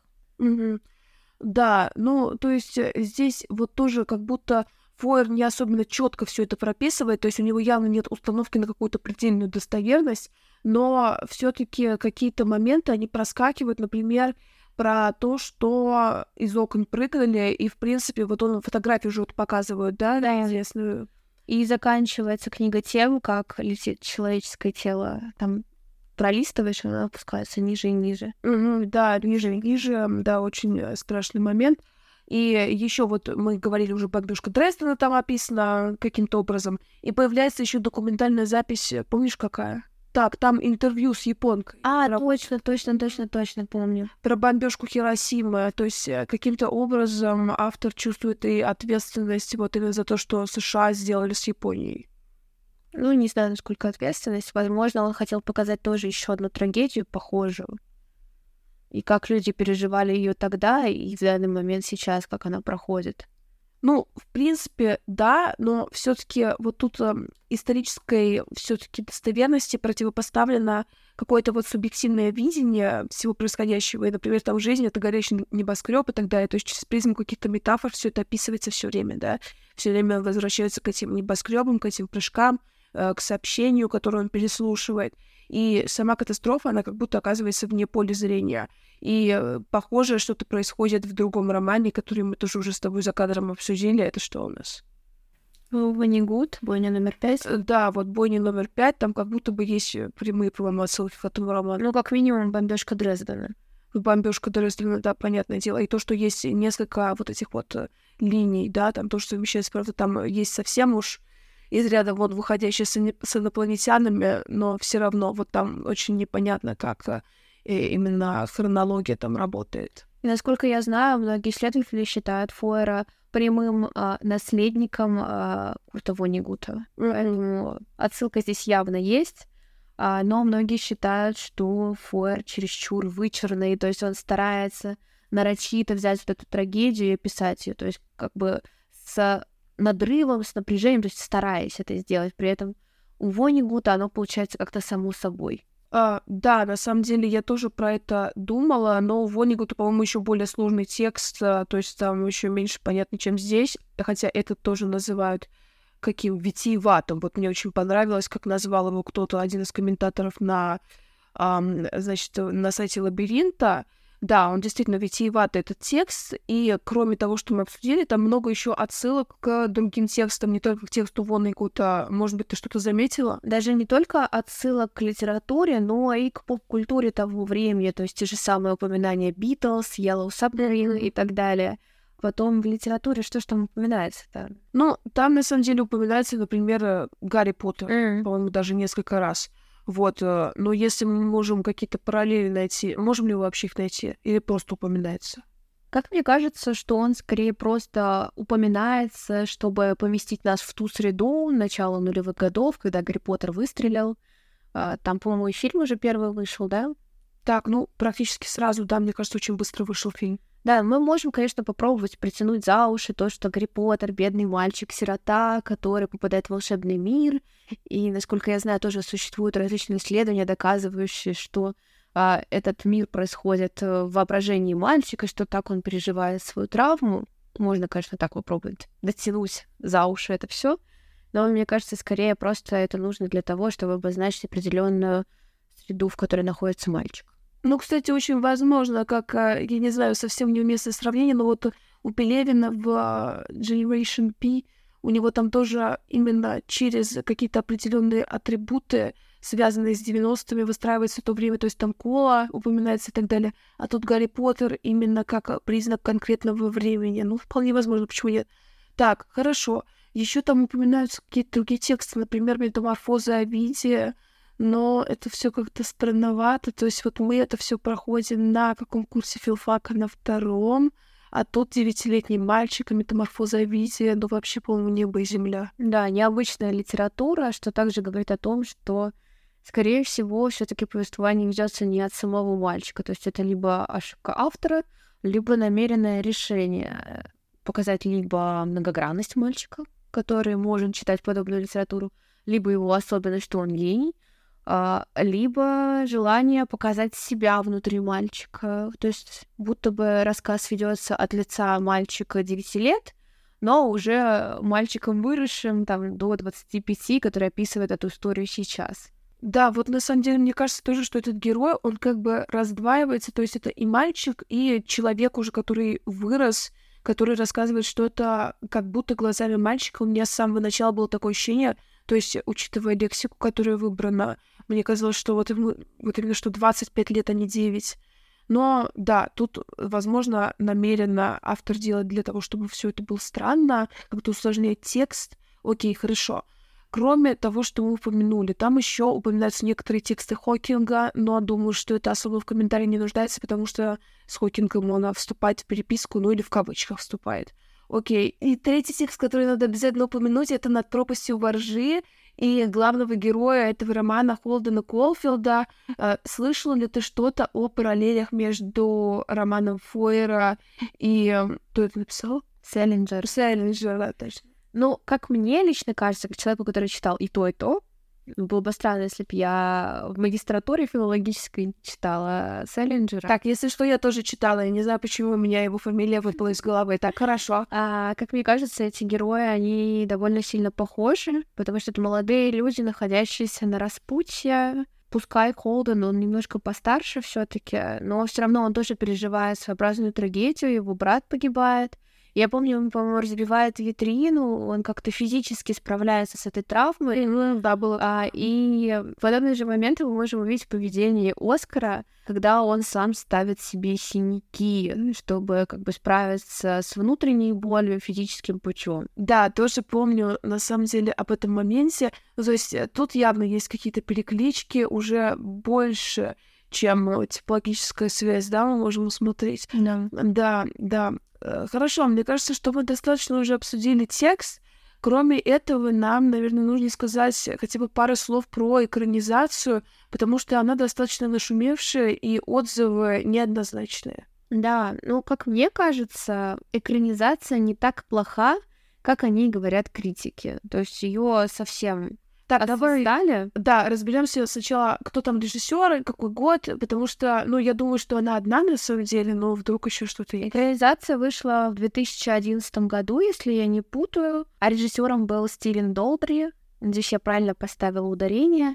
Да, ну, то есть здесь вот тоже как будто Фойер не особенно четко все это прописывает, то есть у него явно нет установки на какую-то предельную достоверность, но все-таки какие-то моменты, они проскакивают, например, про то, что из окон прыгали, и, в принципе, вот он фотографию же вот показывают, да, известную. И заканчивается книга тем, как летит человеческое тело, там пролистываешь, она опускается ниже и ниже. Да, ниже и ниже, да, очень страшный момент. И еще вот мы говорили уже, бомбежка Дрездена там описана каким-то образом, и появляется еще документальная запись, помнишь, какая? Так, там интервью с японкой. Точно, помню. Про бомбежку Хиросимы, то есть каким-то образом автор чувствует и ответственность вот именно за то, что США сделали с Японией. Ну, не знаю, насколько ответственность. Возможно, он хотел показать тоже еще одну трагедию похожую. И как люди переживали ее тогда, и в данный момент сейчас, как она проходит. Ну, в принципе, да, но все-таки вот тут исторической все-таки достоверности противопоставлено какое-то вот субъективное видение всего происходящего. И, например, там жизнь — это горящий небоскреб и так далее. То есть через призму каких-то метафор все это описывается все время, да. Все время возвращаются к этим небоскребам, к этим прыжкам, к сообщению, которое он переслушивает. И сама катастрофа, она как будто оказывается вне поля зрения. И похоже, что-то происходит в другом романе, который мы тоже уже с тобой за кадром обсудили. Это что у нас? Вонигуд, бойня номер 5. Да, вот бойня номер 5, там как будто бы есть прямые, по-моему, отсылки к этому роману. Ну, как минимум, бомбежка Дрездена. Бомбежка Дрездена, да, понятное дело. И то, что есть несколько вот этих вот линий, да, там то, что совмещается, правда, там есть совсем уж из ряда вон выходящие с инопланетянами, но все равно вот там очень непонятно, как именно хронология там работает. И, насколько я знаю, многие исследователи считают Фойера прямым наследником Курта Воннегута. Поэтому отсылка здесь явно есть. Но многие считают, что Фойер чересчур вычурный, то есть он старается нарочито взять вот эту трагедию и описать ее, то есть как бы с надрывом, с напряжением, то есть стараясь это сделать. При этом у Воннегута оно получается как-то само собой. Да, на самом деле я тоже про это думала, но у Воннегута, по-моему, еще более сложный текст, то есть там еще меньше понятно, чем здесь, хотя это тоже называют каким витиеватым. Вот мне очень понравилось, как назвал его кто-то, один из комментаторов на сайте Лабиринта. Да, он действительно витиеватый, этот текст, и кроме того, что мы обсудили, там много еще отсылок к другим текстам, не только к тексту Воннегута. Может быть, ты что-то заметила? Даже не только отсылок к литературе, но и к поп-культуре того времени, то есть те же самые упоминания Beatles, Yellow Submarine и так далее. Потом в литературе что ж там упоминается-то? Ну, там на самом деле упоминается, например, Гарри Поттер, по-моему, даже несколько раз. Вот, но если мы можем какие-то параллели найти, можем ли вообще их найти? Или просто упоминается? Как мне кажется, что он скорее просто упоминается, чтобы поместить нас в ту среду начала нулевых годов, когда Гарри Поттер выстрелил. Там, по-моему, и фильм уже первый вышел, да? Так, ну, практически сразу, да, мне кажется, очень быстро вышел фильм. Да, мы можем, конечно, попробовать притянуть за уши то, что Гарри Поттер — бедный мальчик-сирота, который попадает в волшебный мир. И, насколько я знаю, тоже существуют различные исследования, доказывающие, что этот мир происходит в воображении мальчика, что так он переживает свою травму. Можно, конечно, так попробовать дотянуть за уши это все, но мне кажется, скорее просто это нужно для того, чтобы обозначить определенную среду, в которой находится мальчик. Ну, кстати, очень возможно, как, я не знаю, совсем неуместное сравнение, но вот у Пелевина в Generation P у него там тоже именно через какие-то определенные атрибуты, связанные с 90-ми, выстраивается то время, то есть там кола упоминается и так далее, а тут Гарри Поттер именно как признак конкретного времени. Ну, вполне возможно, почему нет. Так, хорошо. Еще там упоминаются какие-то другие тексты, например, «Метаморфоза Овидия», но это все как-то странновато. То есть вот мы это все проходим на каком курсе филфака? На 2-м, а тут 9-летний мальчик, метаморфоза Овидия, ну вообще, по-моему, небо и земля. Да, необычная литература, что также говорит о том, что, скорее всего, все таки повествование ведется не от самого мальчика. То есть это либо ошибка автора, либо намеренное решение показать либо многогранность мальчика, который может читать подобную литературу, либо его особенность, что он гений, либо желание показать себя внутри мальчика. То есть будто бы рассказ ведется от лица мальчика 9 лет, но уже мальчиком выросшим там, до 25, который описывает эту историю сейчас. Да, вот на самом деле, мне кажется тоже, что этот герой, он как бы раздваивается, то есть это и мальчик, и человек уже, который вырос, который рассказывает что-то как будто глазами мальчика. У меня с самого начала было такое ощущение, то есть, учитывая лексику, которая выбрана, мне казалось, что вот именно что 25 лет, а не 9. Но да, тут, возможно, намеренно автор делает для того, чтобы все это было странно, как-то усложняет текст. Окей, хорошо. Кроме того, что мы упомянули, там еще упоминаются некоторые тексты Хокинга, но думаю, что это особо в комментарии не нуждается, потому что с Хокингом он вступает в переписку, ну или в кавычках вступает. Окей. И третий текст, который надо обязательно упомянуть, это «Над пропастью воржи», и главного героя этого романа Холдена Колфилда. Слышала ли ты что-то о параллелях между романом Фойера и... Кто это написал? Селлинджер. Селлинджер, да, точно. Ну, как мне лично кажется, как человеку, который читал и то, было бы странно, если бы я в магистратуре филологической читала Селлинджера. Так, если что, я тоже читала. Я не знаю, почему у меня его фамилия выпала из головы. Так, хорошо. Как мне кажется, эти герои, они довольно сильно похожи, потому что это молодые люди, находящиеся на распутье. Пускай Холден, он немножко постарше все таки, но все равно он тоже переживает своеобразную трагедию, его брат погибает. Я помню, он, по-моему, разбивает витрину, он как-то физически справляется с этой травмой. Да, было. И в подобные же моменты мы можем увидеть в поведении Оскара, когда он сам ставит себе синяки, чтобы как бы справиться с внутренней болью физическим путем. Да, тоже помню, на самом деле, об этом моменте. Ну, то есть тут явно есть какие-то переклички уже больше, чем типологическая связь, да, мы можем усмотреть. Да. Хорошо, мне кажется, что мы достаточно уже обсудили текст. Кроме этого, нам, наверное, нужно сказать хотя бы пару слов про экранизацию, потому что она достаточно нашумевшая, и отзывы неоднозначные. Да, ну, как мне кажется, экранизация не так плоха, как они говорят критики. То есть ее совсем... Так, давай, далее. Да, разберемся сначала, кто там режиссер, какой год, потому что, ну, я думаю, что она одна на самом деле, но вдруг еще что-то есть. Экранизация вышла в 2011 году, если я не путаю, а режиссером был Стивен Долбри. Здесь я правильно поставила ударение.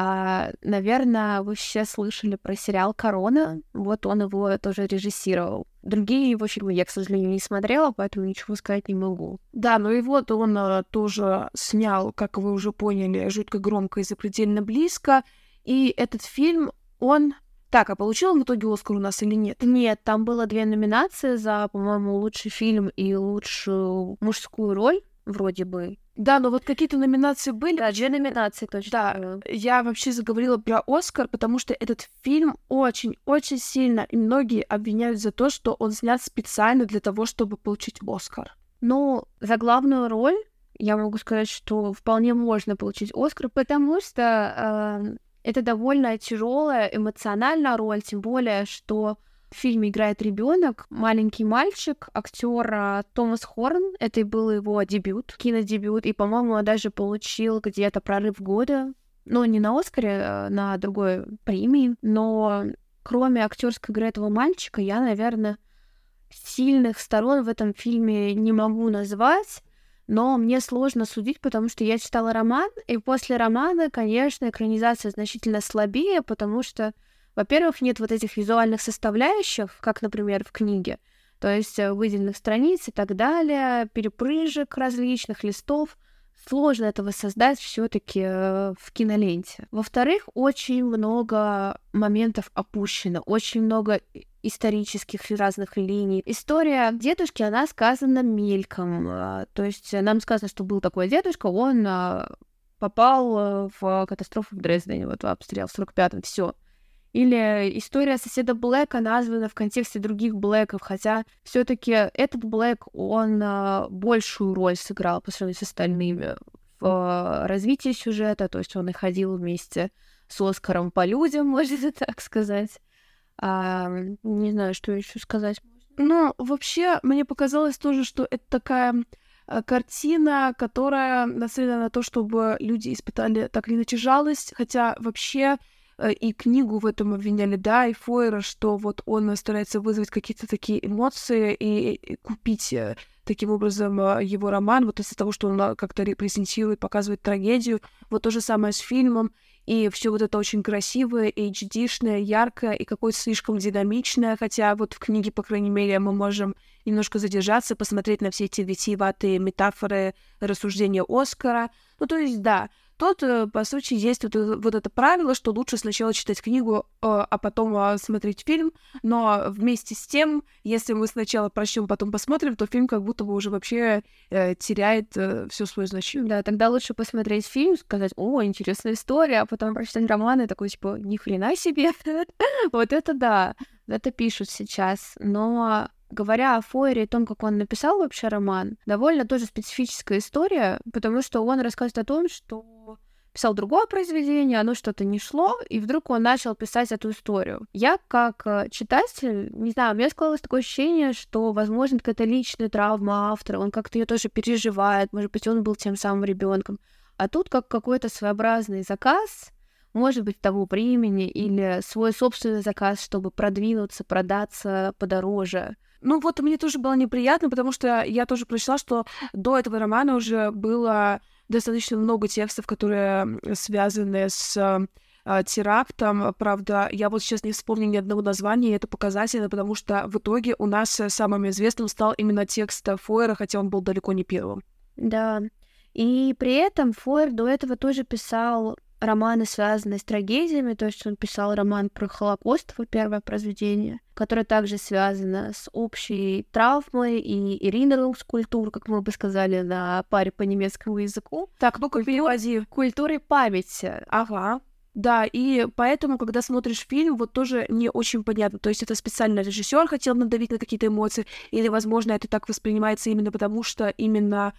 Наверное, вы все слышали про сериал «Корона». Вот он его тоже режиссировал. Другие его фильмы я, к сожалению, не смотрела, поэтому ничего сказать не могу. Да, ну и вот он тоже снял, как вы уже поняли, «Жутко громко и запредельно близко». И этот фильм, он... Так, а получил он в итоге «Оскар» у нас или нет? Нет, там было 2 номинации за, по-моему, лучший фильм и лучшую мужскую роль, вроде бы. Да, но вот какие-то номинации были. Да, 2 номинации точно. Да, я вообще заговорила про «Оскар», потому что этот фильм очень-очень сильно, и многие обвиняют за то, что он снят специально для того, чтобы получить «Оскар». Ну, за главную роль я могу сказать, что вполне можно получить «Оскар», потому что Это довольно тяжелая эмоциональная роль, тем более, что в фильме играет ребенок, маленький мальчик, актер Томас Хорн. Это и был его дебют, кинодебют, и, по-моему, он даже получил где-то прорыв года. Ну, не на Оскаре, а на другой премии. Но кроме актерской игры этого мальчика, я, наверное, сильных сторон в этом фильме не могу назвать. Но мне сложно судить, потому что я читала роман, и после романа, конечно, экранизация значительно слабее, потому что, во-первых, нет вот этих визуальных составляющих, как, например, в книге, то есть выделенных страниц и так далее, перепрыжек различных листов. Сложно этого создать все-таки в киноленте. Во-вторых, очень много моментов опущено, очень много исторических разных линий. История дедушки, она сказана мельком. То есть нам сказано, что был такой дедушка, он попал в катастрофу в Дрездене, вот обстрел в 45-м, все. Или история соседа Блэка названа в контексте других Блэков, хотя все-таки этот Блэк, он большую роль сыграл по сравнению с остальными в развитии сюжета, то есть он и ходил вместе с Оскаром по людям, можно так сказать. Не знаю, что еще сказать. Ну, вообще, мне показалось тоже, что это такая картина, которая нацелена на то, чтобы люди испытали так или иначе жалость, хотя вообще и книгу в этом обвиняли, да, и Фойера, что вот он старается вызвать какие-то такие эмоции и купить таким образом его роман, вот из-за того, что он как-то репрезентирует, показывает трагедию. Вот то же самое с фильмом. И все вот это очень красивое, HD-шное, яркое и какое-то слишком динамичное, хотя вот в книге, по крайней мере, мы можем немножко задержаться, посмотреть на все эти витиеватые метафоры, рассуждения Оскара. Ну, то есть, да, тут, по сути, есть вот это правило, что лучше сначала читать книгу, а потом смотреть фильм, но вместе с тем, если мы сначала прочтем, потом посмотрим, то фильм как будто бы уже вообще теряет все свое значение. Да, тогда лучше посмотреть фильм, сказать: о, интересная история, а потом прочитать роман и такой, типа, ни хрена себе. Вот это да, это пишут сейчас. Но говоря о Фойере и том, как он написал вообще роман, довольно тоже специфическая история, потому что он рассказывает о том, что писал другое произведение, оно что-то не шло, и вдруг он начал писать эту историю. Я, как читатель, не знаю, у меня складывалось такое ощущение, что, возможно, какая-то личная травма автора, он как-то ее тоже переживает, может быть, он был тем самым ребенком. А тут как какой-то своеобразный заказ, может быть, того времени, или свой собственный заказ, чтобы продвинуться, продаться подороже. Ну вот мне тоже было неприятно, потому что я тоже прочла, что до этого романа уже было достаточно много текстов, которые связаны с терактом. Правда, я вот сейчас не вспомню ни одного названия, и это показательно, потому что в итоге у нас самым известным стал именно текст Фойера, хотя он был далеко не первым. Да, и при этом Фойер до этого тоже писал романы, связанные с трагедиями, то есть он писал роман про Холокост, его первое произведение, которое также связано с общей травмой и erinnerungskультур, как мы бы сказали на паре по немецкому языку. Так, ну-ка переводи. Культурой памяти. Ага. Да, и поэтому, когда смотришь фильм, вот тоже не очень понятно. То есть это специально режиссер хотел надавить на какие-то эмоции, или, возможно, это так воспринимается именно потому, что именно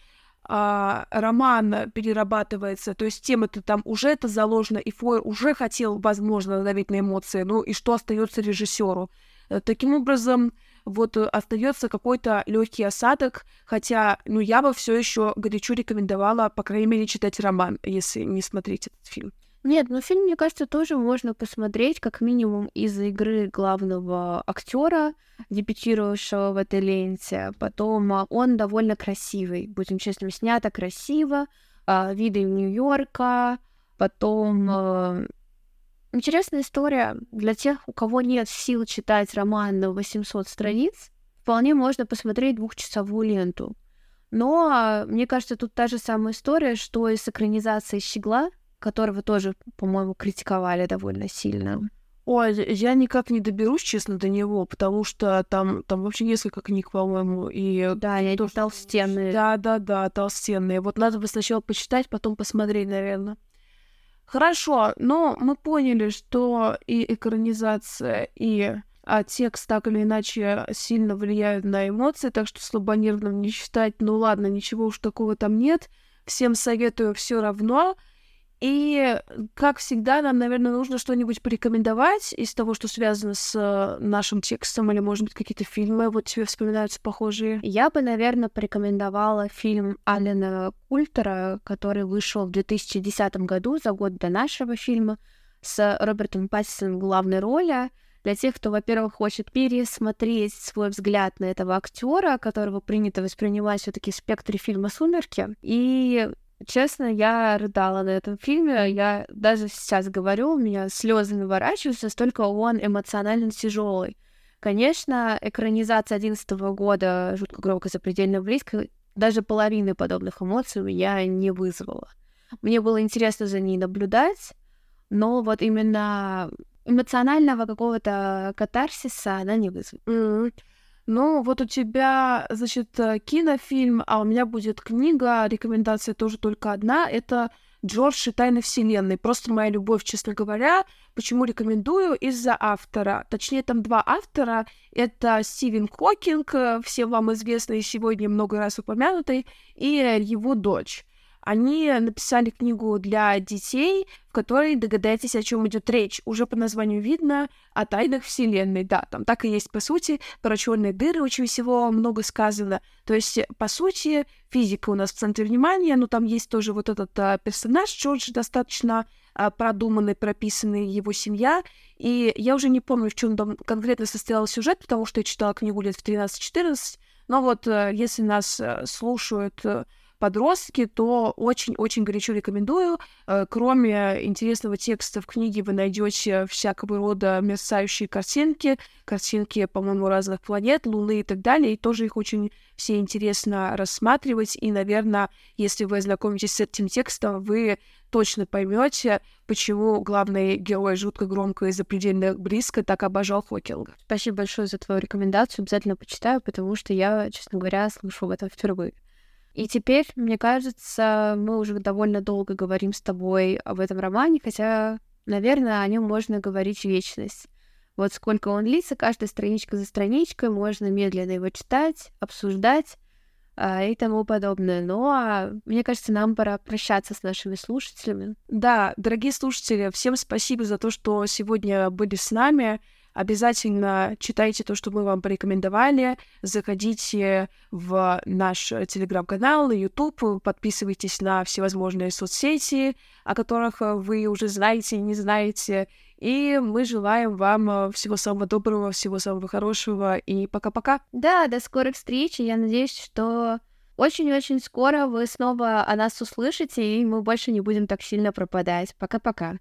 роман перерабатывается, то есть тема-то там уже это заложено, и Фойер уже хотел, возможно, надавить на эмоции, ну и что остается режиссеру? Таким образом, вот остается какой-то легкий осадок, хотя, ну, я бы все еще горячо рекомендовала, по крайней мере, читать роман, если не смотреть этот фильм. Нет, ну фильм, мне кажется, тоже можно посмотреть, как минимум из-за игры главного актера, дебютировавшего в этой ленте. Потом он довольно красивый, будем честными, снято красиво, виды Нью-Йорка. Потом интересная история для тех, у кого нет сил читать роман на 800 страниц. Вполне можно посмотреть 2-часовую ленту. Но мне кажется, тут та же самая история, что и с экранизацией «Щегла», которого тоже, по-моему, критиковали довольно сильно. Ой, я никак не доберусь, честно, до него, потому что там вообще несколько книг, по-моему, и... Да, они тоже толстенные. Да, толстенные. Вот надо бы сначала почитать, потом посмотреть, наверное. Хорошо, но мы поняли, что и экранизация, и текст так или иначе сильно влияют на эмоции, так что слабонервным не считать, ну ладно, ничего уж такого там нет. Всем советую все равно. И, как всегда, нам, наверное, нужно что-нибудь порекомендовать из того, что связано с нашим текстом, или, может быть, какие-то фильмы вот тебе вспоминаются похожие. Я бы, наверное, порекомендовала фильм Алена Культера, который вышел в 2010 году, за год до нашего фильма, с Робертом Паттинсоном в главной роли. Для тех, кто, во-первых, хочет пересмотреть свой взгляд на этого актера, которого принято воспринимать все-таки в спектре фильма «Сумерки». И, честно, я рыдала на этом фильме. Я даже сейчас говорю, у меня слезы наворачиваются, настолько он эмоционально тяжелый. Конечно, экранизация 2011 года «Жутко громко, запредельно близко» даже половины подобных эмоций у меня не вызвала. Мне было интересно за ней наблюдать, но вот именно эмоционального какого-то катарсиса она не вызвала. Ну, вот у тебя, значит, кинофильм, а у меня будет книга, рекомендация тоже только одна, это «Джордж и тайны вселенной». Просто моя любовь, честно говоря. Почему рекомендую? Из-за автора. Точнее, там два автора. Это Стивен Хокинг, всем вам известный, сегодня много раз упомянутый, и его дочь. Они написали книгу для детей, в которой, догадайтесь, о чем идет речь. Уже по названию видно о тайнах Вселенной. Да, там так и есть, по сути, про черные дыры очень всего много сказано. То есть, по сути, физика у нас в центре внимания, но там есть тоже вот этот персонаж Джордж, достаточно продуманный, прописанный, его семья. И я уже не помню, в чем там конкретно состоял сюжет, потому что я читала книгу лет в 13-14. Но вот если нас слушают подростки, то очень-очень горячо рекомендую. Кроме интересного текста в книге вы найдете всякого рода мерцающие картинки, по-моему, разных планет, Луны и так далее, и тоже их очень все интересно рассматривать. И, наверное, если вы ознакомитесь с этим текстом, вы точно поймете, почему главный герой «Жутко громко и запредельно близко» так обожал Хокинга. Спасибо большое за твою рекомендацию, обязательно почитаю, потому что я, честно говоря, слышу об этом впервые. И теперь, мне кажется, мы уже довольно долго говорим с тобой об этом романе, хотя, наверное, о нем можно говорить вечность. Вот сколько он длится, каждая страничка за страничкой, можно медленно его читать, обсуждать и тому подобное. Но мне кажется, нам пора прощаться с нашими слушателями. Да, дорогие слушатели, всем спасибо за то, что сегодня были с нами. Обязательно читайте то, что мы вам порекомендовали. Заходите в наш телеграм-канал, YouTube, подписывайтесь на всевозможные соцсети, о которых вы уже знаете и не знаете. И мы желаем вам всего самого доброго, всего самого хорошего. И пока-пока. Да, до скорых встреч. Я надеюсь, что очень-очень скоро вы снова о нас услышите, и мы больше не будем так сильно пропадать. Пока-пока.